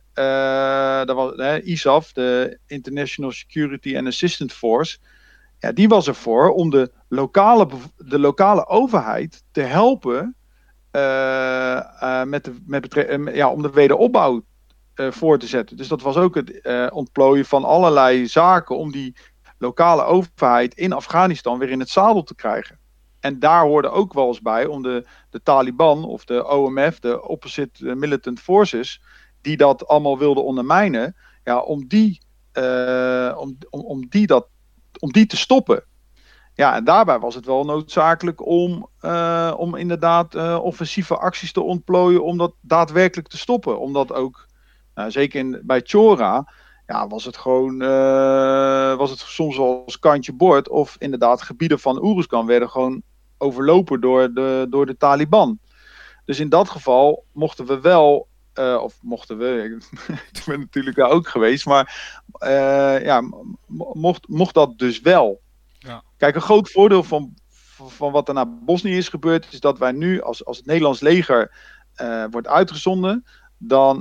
Speaker 3: ISAF, de International Security and Assistance Force, ja, die was ervoor om de lokale overheid te helpen om de wederopbouw voor te zetten. Dus dat was ook het ontplooien van allerlei zaken om die lokale overheid in Afghanistan weer in het zadel te krijgen. En daar hoorde ook wel eens bij om de Taliban of de OMF, de Opposite Militant Forces, die dat allemaal wilden ondermijnen, ja, om die te stoppen. Ja, en daarbij was het wel noodzakelijk om inderdaad offensieve acties te ontplooien om dat daadwerkelijk te stoppen. Omdat ook, zeker bij Chora, ja, was het soms wel als kantje boord of inderdaad gebieden van Oeruzkan werden gewoon overlopen door de Taliban. Dus in dat geval mochten we wel, ik ben natuurlijk daar ook geweest, maar mocht dat dus wel.
Speaker 2: Ja.
Speaker 3: Kijk, een groot voordeel van wat er naar Bosnië is gebeurd, is dat wij nu, als het Nederlands leger wordt uitgezonden, dan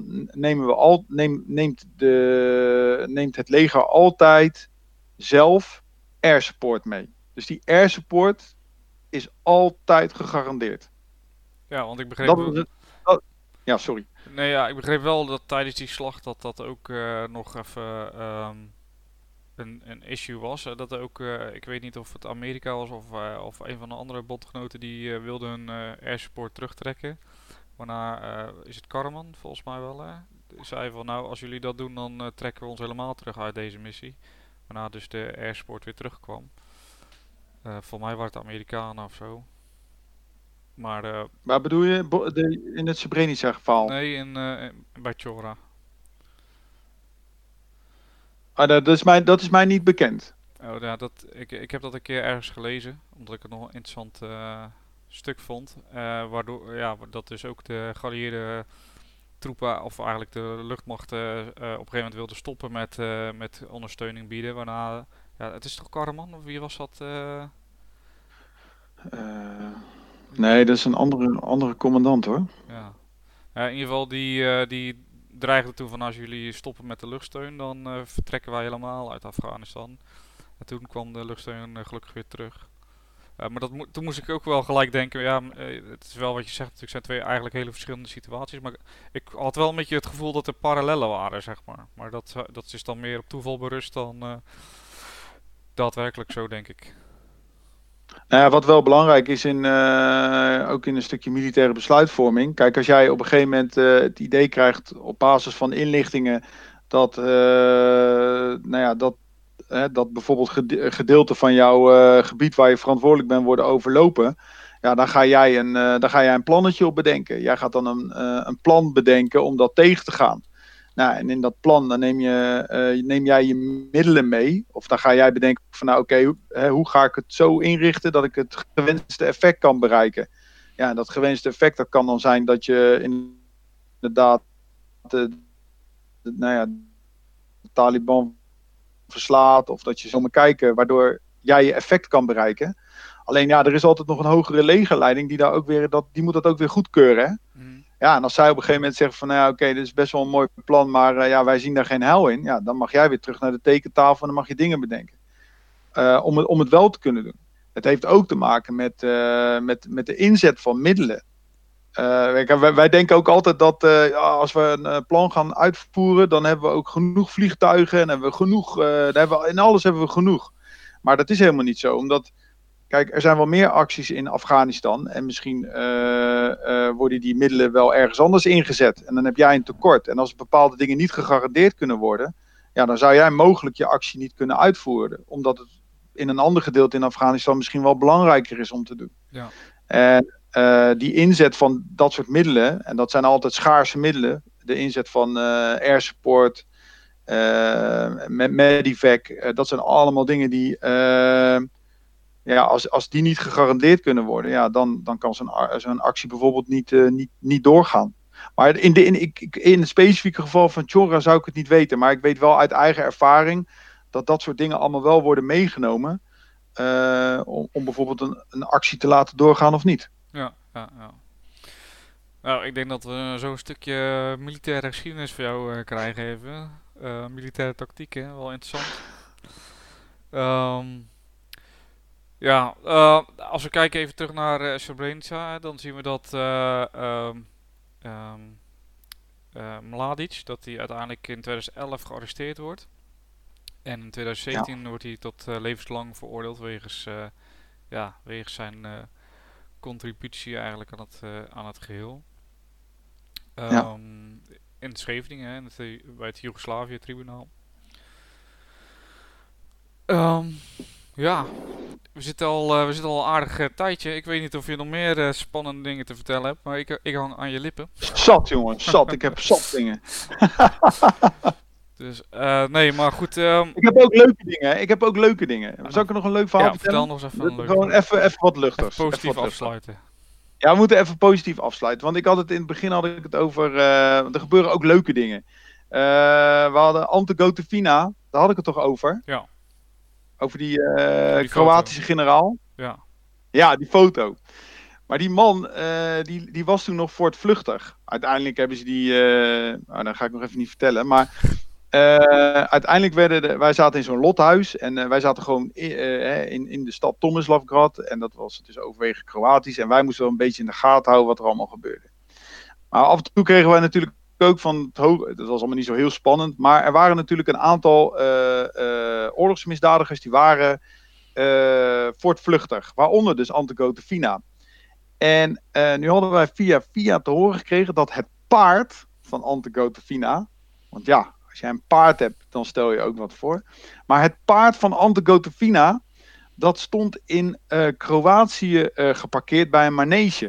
Speaker 3: neemt het leger altijd zelf air support mee. Dus die air support is altijd gegarandeerd.
Speaker 2: Ja, want ik begreep...
Speaker 3: Ja, sorry.
Speaker 2: Nee, ja, ik begreep wel dat tijdens die slag dat ook nog even een issue was. Dat ook, ik weet niet of het Amerika was of een van de andere bondgenoten die wilde hun air support terugtrekken. Waarna is het Karaman volgens mij wel. Die zei van nou, als jullie dat doen, dan trekken we ons helemaal terug uit deze missie. Waarna dus de air support weer terugkwam. Voor mij waren het Amerikanen of zo. Maar
Speaker 3: waar bedoel je? In het Srebrenica geval?
Speaker 2: Nee, bij Chora.
Speaker 3: Dat is mij niet bekend.
Speaker 2: Oh, ja, ik heb dat een keer ergens gelezen, omdat ik het nog een interessant stuk vond. Waardoor dat dus ook de geallieerde troepen, of eigenlijk de luchtmacht, op een gegeven moment wilde stoppen met ondersteuning bieden. Waarna, het is toch Karaman, of wie was dat?
Speaker 3: Nee, dat is een andere commandant hoor.
Speaker 2: Ja. In ieder geval, die dreigde toen van als jullie stoppen met de luchtsteun, dan vertrekken wij helemaal uit Afghanistan. En toen kwam de luchtsteun gelukkig weer terug. Maar toen moest ik ook wel gelijk denken, het is wel wat je zegt, natuurlijk zijn twee eigenlijk hele verschillende situaties. Maar ik had wel een beetje het gevoel dat er parallellen waren, zeg maar. Maar dat is dan meer op toeval berust dan daadwerkelijk zo, denk ik.
Speaker 3: Nou ja, wat wel belangrijk is ook in een stukje militaire besluitvorming. Kijk, als jij op een gegeven moment het idee krijgt op basis van inlichtingen dat dat bijvoorbeeld gedeelten van jouw gebied waar je verantwoordelijk bent worden overlopen. Ja, dan ga jij een plannetje op bedenken. Jij gaat dan een plan bedenken om dat tegen te gaan. Nou, en in dat plan dan neem jij je middelen mee. Of dan ga jij bedenken van hoe ga ik het zo inrichten dat ik het gewenste effect kan bereiken. Ja, en dat gewenste effect dat kan dan zijn dat je inderdaad de Taliban verslaat. Of dat je zomaar kijken waardoor jij je effect kan bereiken. Alleen er is altijd nog een hogere legerleiding die daar ook weer die moet dat ook weer goedkeuren. Hè? Mm. Ja, en als zij op een gegeven moment zeggen van dit is best wel een mooi plan, maar wij zien daar geen heil in. Ja, dan mag jij weer terug naar de tekentafel en dan mag je dingen bedenken. Om het wel te kunnen doen. Het heeft ook te maken met de inzet van middelen. Wij denken ook altijd dat als we een plan gaan uitvoeren, dan hebben we ook genoeg vliegtuigen en hebben we genoeg. In alles hebben we genoeg. Maar dat is helemaal niet zo, omdat kijk, er zijn wel meer acties in Afghanistan en misschien worden die middelen wel ergens anders ingezet. En dan heb jij een tekort. En als bepaalde dingen niet gegarandeerd kunnen worden, dan zou jij mogelijk je actie niet kunnen uitvoeren. Omdat het in een ander gedeelte in Afghanistan misschien wel belangrijker is om te doen. Ja. En die inzet van dat soort middelen, en dat zijn altijd schaarse middelen, de inzet van air support, medivac, dat zijn allemaal dingen die... als die niet gegarandeerd kunnen worden, dan kan zo'n actie bijvoorbeeld niet doorgaan. Maar in het specifieke geval van Chora zou ik het niet weten. Maar ik weet wel uit eigen ervaring dat soort dingen allemaal wel worden meegenomen. Om bijvoorbeeld een actie te laten doorgaan of niet.
Speaker 2: Ja. Nou, ik denk dat we zo'n stukje militaire geschiedenis voor jou krijgen even. Militaire tactieken, wel interessant. Als we kijken even terug naar Srebrenica, dan zien we dat Mladic, dat hij uiteindelijk in 2011 gearresteerd wordt. En in 2017 wordt hij tot levenslang veroordeeld wegens zijn contributie eigenlijk aan het geheel. In Scheveningen, bij het Joegoslavië-tribunaal. We zitten al een aardig tijdje. Ik weet niet of je nog meer spannende dingen te vertellen hebt, maar ik hang aan je lippen.
Speaker 3: Zat jongen, zat. Ik heb zat dingen.
Speaker 2: Dus, nee, maar goed.
Speaker 3: Ik heb ook leuke dingen. Hè. Ik heb ook leuke dingen. Zal ik er nog een leuk verhaal
Speaker 2: Ja, vertel
Speaker 3: vertellen?
Speaker 2: nog eens even een leuk
Speaker 3: Gewoon even wat luchters.
Speaker 2: even positief
Speaker 3: Even wat luchters.
Speaker 2: afsluiten.
Speaker 3: Ja, we moeten even positief afsluiten. Want in het begin had ik het over. Er gebeuren ook leuke dingen. We hadden Ante Gotovina. Daar had ik het toch over?
Speaker 2: Ja.
Speaker 3: Over die,
Speaker 2: die
Speaker 3: Kroatische generaal.
Speaker 2: Ja.
Speaker 3: Ja, die foto. Maar die man, die was toen nog voortvluchtig. Uiteindelijk hebben ze die. Dat ga ik nog even niet vertellen. Maar uiteindelijk wij zaten in zo'n lothuis. En wij zaten gewoon in de stad Tomislavgrad. En dat was dus overwegend Kroatisch. En wij moesten wel een beetje in de gaten houden wat er allemaal gebeurde. Maar af en toe kregen wij natuurlijk ook van het hoge. Dat was allemaal niet zo heel spannend. Maar er waren natuurlijk een aantal oorlogsmisdadigers die waren voortvluchtig. Waaronder dus Ante Gotovina. En nu hadden wij via te horen gekregen dat het paard van Ante Gotovina. Want ja, als jij een paard hebt, dan stel je ook wat voor. Maar het paard van Ante Gotovina, dat stond in Kroatië geparkeerd bij een manege.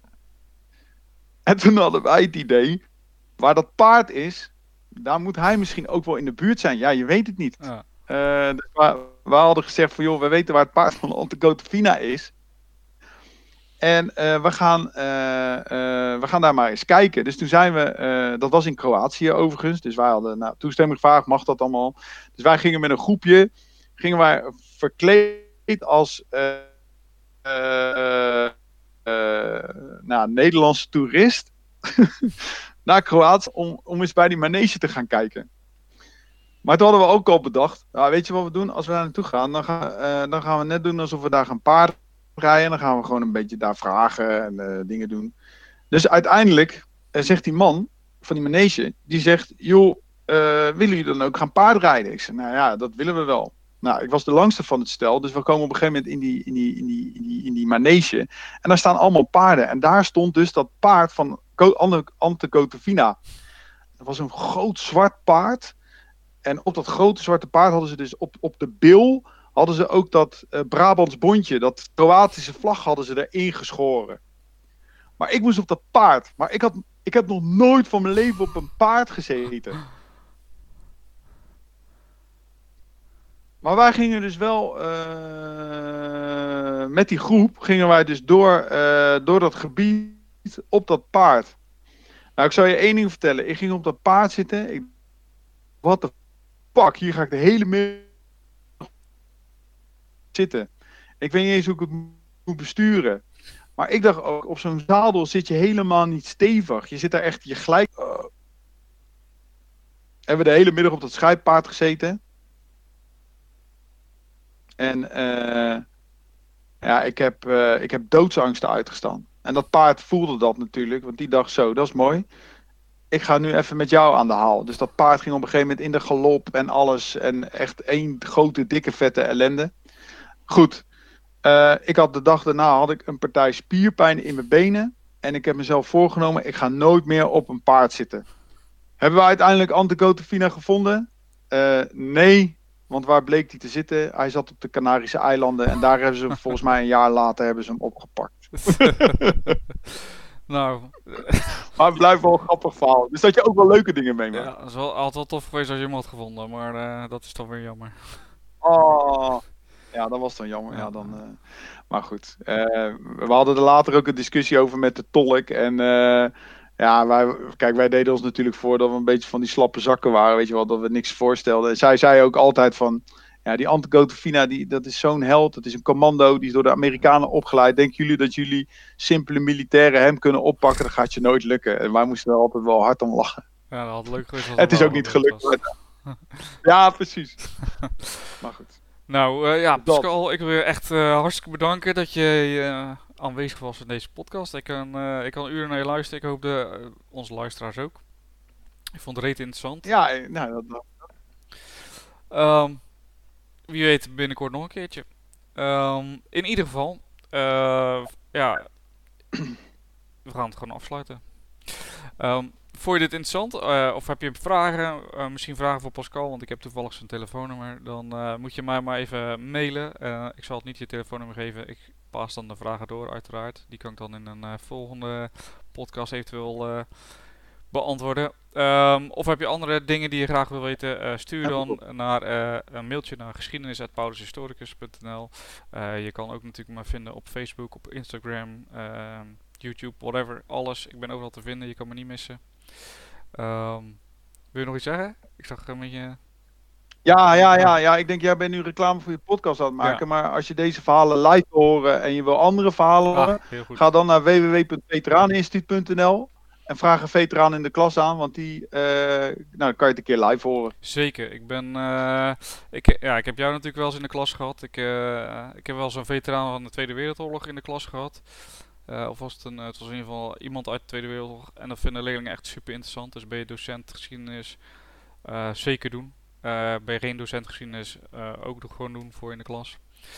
Speaker 3: En toen hadden wij het idee, waar dat paard is, daar moet hij misschien ook wel in de buurt zijn. Ja, je weet het niet.
Speaker 2: Ja.
Speaker 3: Dus we hadden gezegd van, joh, we weten waar het paard van Ante Gotovina is. En we gaan daar maar eens kijken. Dus toen zijn we, dat was in Kroatië overigens. Dus wij hadden toestemming gevraagd, mag dat allemaal. Dus wij gingen met een groepje, gingen wij verkleed als Nederlandse toerist naar Kroatië om eens bij die manege te gaan kijken. Maar toen hadden we ook al bedacht, weet je wat we doen? Als we daar naartoe gaan, dan gaan we net doen alsof we daar gaan paard rijden. Dan gaan we gewoon een beetje daar vragen en dingen doen. Dus uiteindelijk zegt die man van die manege, die zegt, joh, willen jullie dan ook gaan paardrijden? Ik zeg, nou ja, dat willen we wel. Nou, ik was de langste van het stel, dus we komen op een gegeven moment in die manege. En daar staan allemaal paarden. En daar stond dus dat paard van Ante Gotovina. Dat was een groot zwart paard. En op dat grote zwarte paard hadden ze dus op de bil hadden ze ook dat Brabants bondje, dat Kroatische vlag hadden ze erin geschoren. Maar ik moest op dat paard. Maar ik heb nog nooit van mijn leven op een paard gezeten. Maar wij gingen dus wel met die groep gingen wij dus door dat gebied op dat paard. Nou, ik zal je één ding vertellen. Ik ging op dat paard zitten. What the fuck, hier ga ik de hele middag zitten. Ik weet niet eens hoe ik het moet besturen. Maar ik dacht ook, op zo'n zadel zit je helemaal niet stevig. Je zit daar echt, je gelijk... Hebben we de hele middag op dat scheidpaard gezeten. En ik heb doodsangsten uitgestaan. En dat paard voelde dat natuurlijk, want die dacht zo, dat is mooi. Ik ga nu even met jou aan de haal. Dus dat paard ging op een gegeven moment in de galop en alles. En echt één grote, dikke, vette ellende. Goed. Ik had de dag daarna had ik een partij spierpijn in mijn benen. En ik heb mezelf voorgenomen, ik ga nooit meer op een paard zitten. Hebben we uiteindelijk Ante Gotovina gevonden? Nee, want waar bleek hij te zitten? Hij zat op de Canarische eilanden. En daar hebben ze hem volgens mij een jaar later hebben ze hem opgepakt.
Speaker 2: Nou.
Speaker 3: Maar het blijft wel een grappig verhaal. Dus dat je ook wel leuke dingen meemaakt.
Speaker 2: Ja, het is altijd wel tof geweest als je hem had gevonden, maar dat is toch weer jammer.
Speaker 3: Oh, ja, dat was dan jammer. Ja, dan, maar goed. We hadden er later ook een discussie over met de tolk. En ja, wij deden ons natuurlijk voor dat we een beetje van die slappe zakken waren. Weet je wel, dat we niks voorstelden. En zij zei ook altijd van... Ja, die Ante Gotovina, dat is zo'n held. Dat is een commando, die is door de Amerikanen opgeleid. Denken jullie dat jullie simpele militairen hem kunnen oppakken? Dat gaat je nooit lukken. En wij moesten er altijd wel hard om lachen.
Speaker 2: Ja, dat had leuk geweest.
Speaker 3: Het is ook niet gelukt. Ja, precies. Maar goed.
Speaker 2: Nou, ja, Pascal, ik wil je echt hartstikke bedanken dat je aanwezig was in deze podcast. Ik kan uren naar je luisteren. Ik hoop onze luisteraars ook. Ik vond het reet interessant.
Speaker 3: Ja, nou, dat...
Speaker 2: Wie weet binnenkort nog een keertje. In ieder geval, ja, we gaan het gewoon afsluiten. Vond je dit interessant? Of heb je vragen? Misschien vragen voor Pascal, want ik heb toevallig zijn telefoonnummer. Dan moet je mij maar even mailen. Ik zal het niet je telefoonnummer geven. Ik paas dan de vragen door, uiteraard. Die kan ik dan in een volgende podcast eventueel beantwoorden. Of heb je andere dingen die je graag wil weten, stuur dan naar een mailtje naar geschiedenis@paulushistoricus.nl. Je kan ook natuurlijk me vinden op Facebook, op Instagram, YouTube, whatever, alles. Ik ben overal te vinden, je kan me niet missen. Wil je nog iets zeggen? Ik zag een beetje...
Speaker 3: Ja, ik denk, jij bent nu reclame voor je podcast aan het maken. Maar als je deze verhalen live wil horen en je wil andere verhalen horen, ga dan naar www.veteraneninstituut.nl en vraag een veteraan in de klas aan, want die dan kan je het een keer live horen.
Speaker 2: Zeker. Ik heb jou natuurlijk wel eens in de klas gehad. Ik heb wel eens een veteraan van de Tweede Wereldoorlog in de klas gehad. Of was het het was in ieder geval iemand uit de Tweede Wereldoorlog. En dat vinden leerlingen echt super interessant. Dus ben je docent geschiedenis, zeker doen. Ben je geen docent geschiedenis, ook gewoon doen voor in de klas.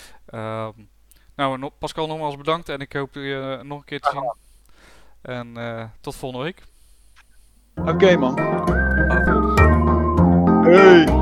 Speaker 2: Pascal, nogmaals bedankt en ik hoop je nog een keer te zien. En tot volgende week.
Speaker 3: Oké, man.
Speaker 2: Later.
Speaker 3: Hey.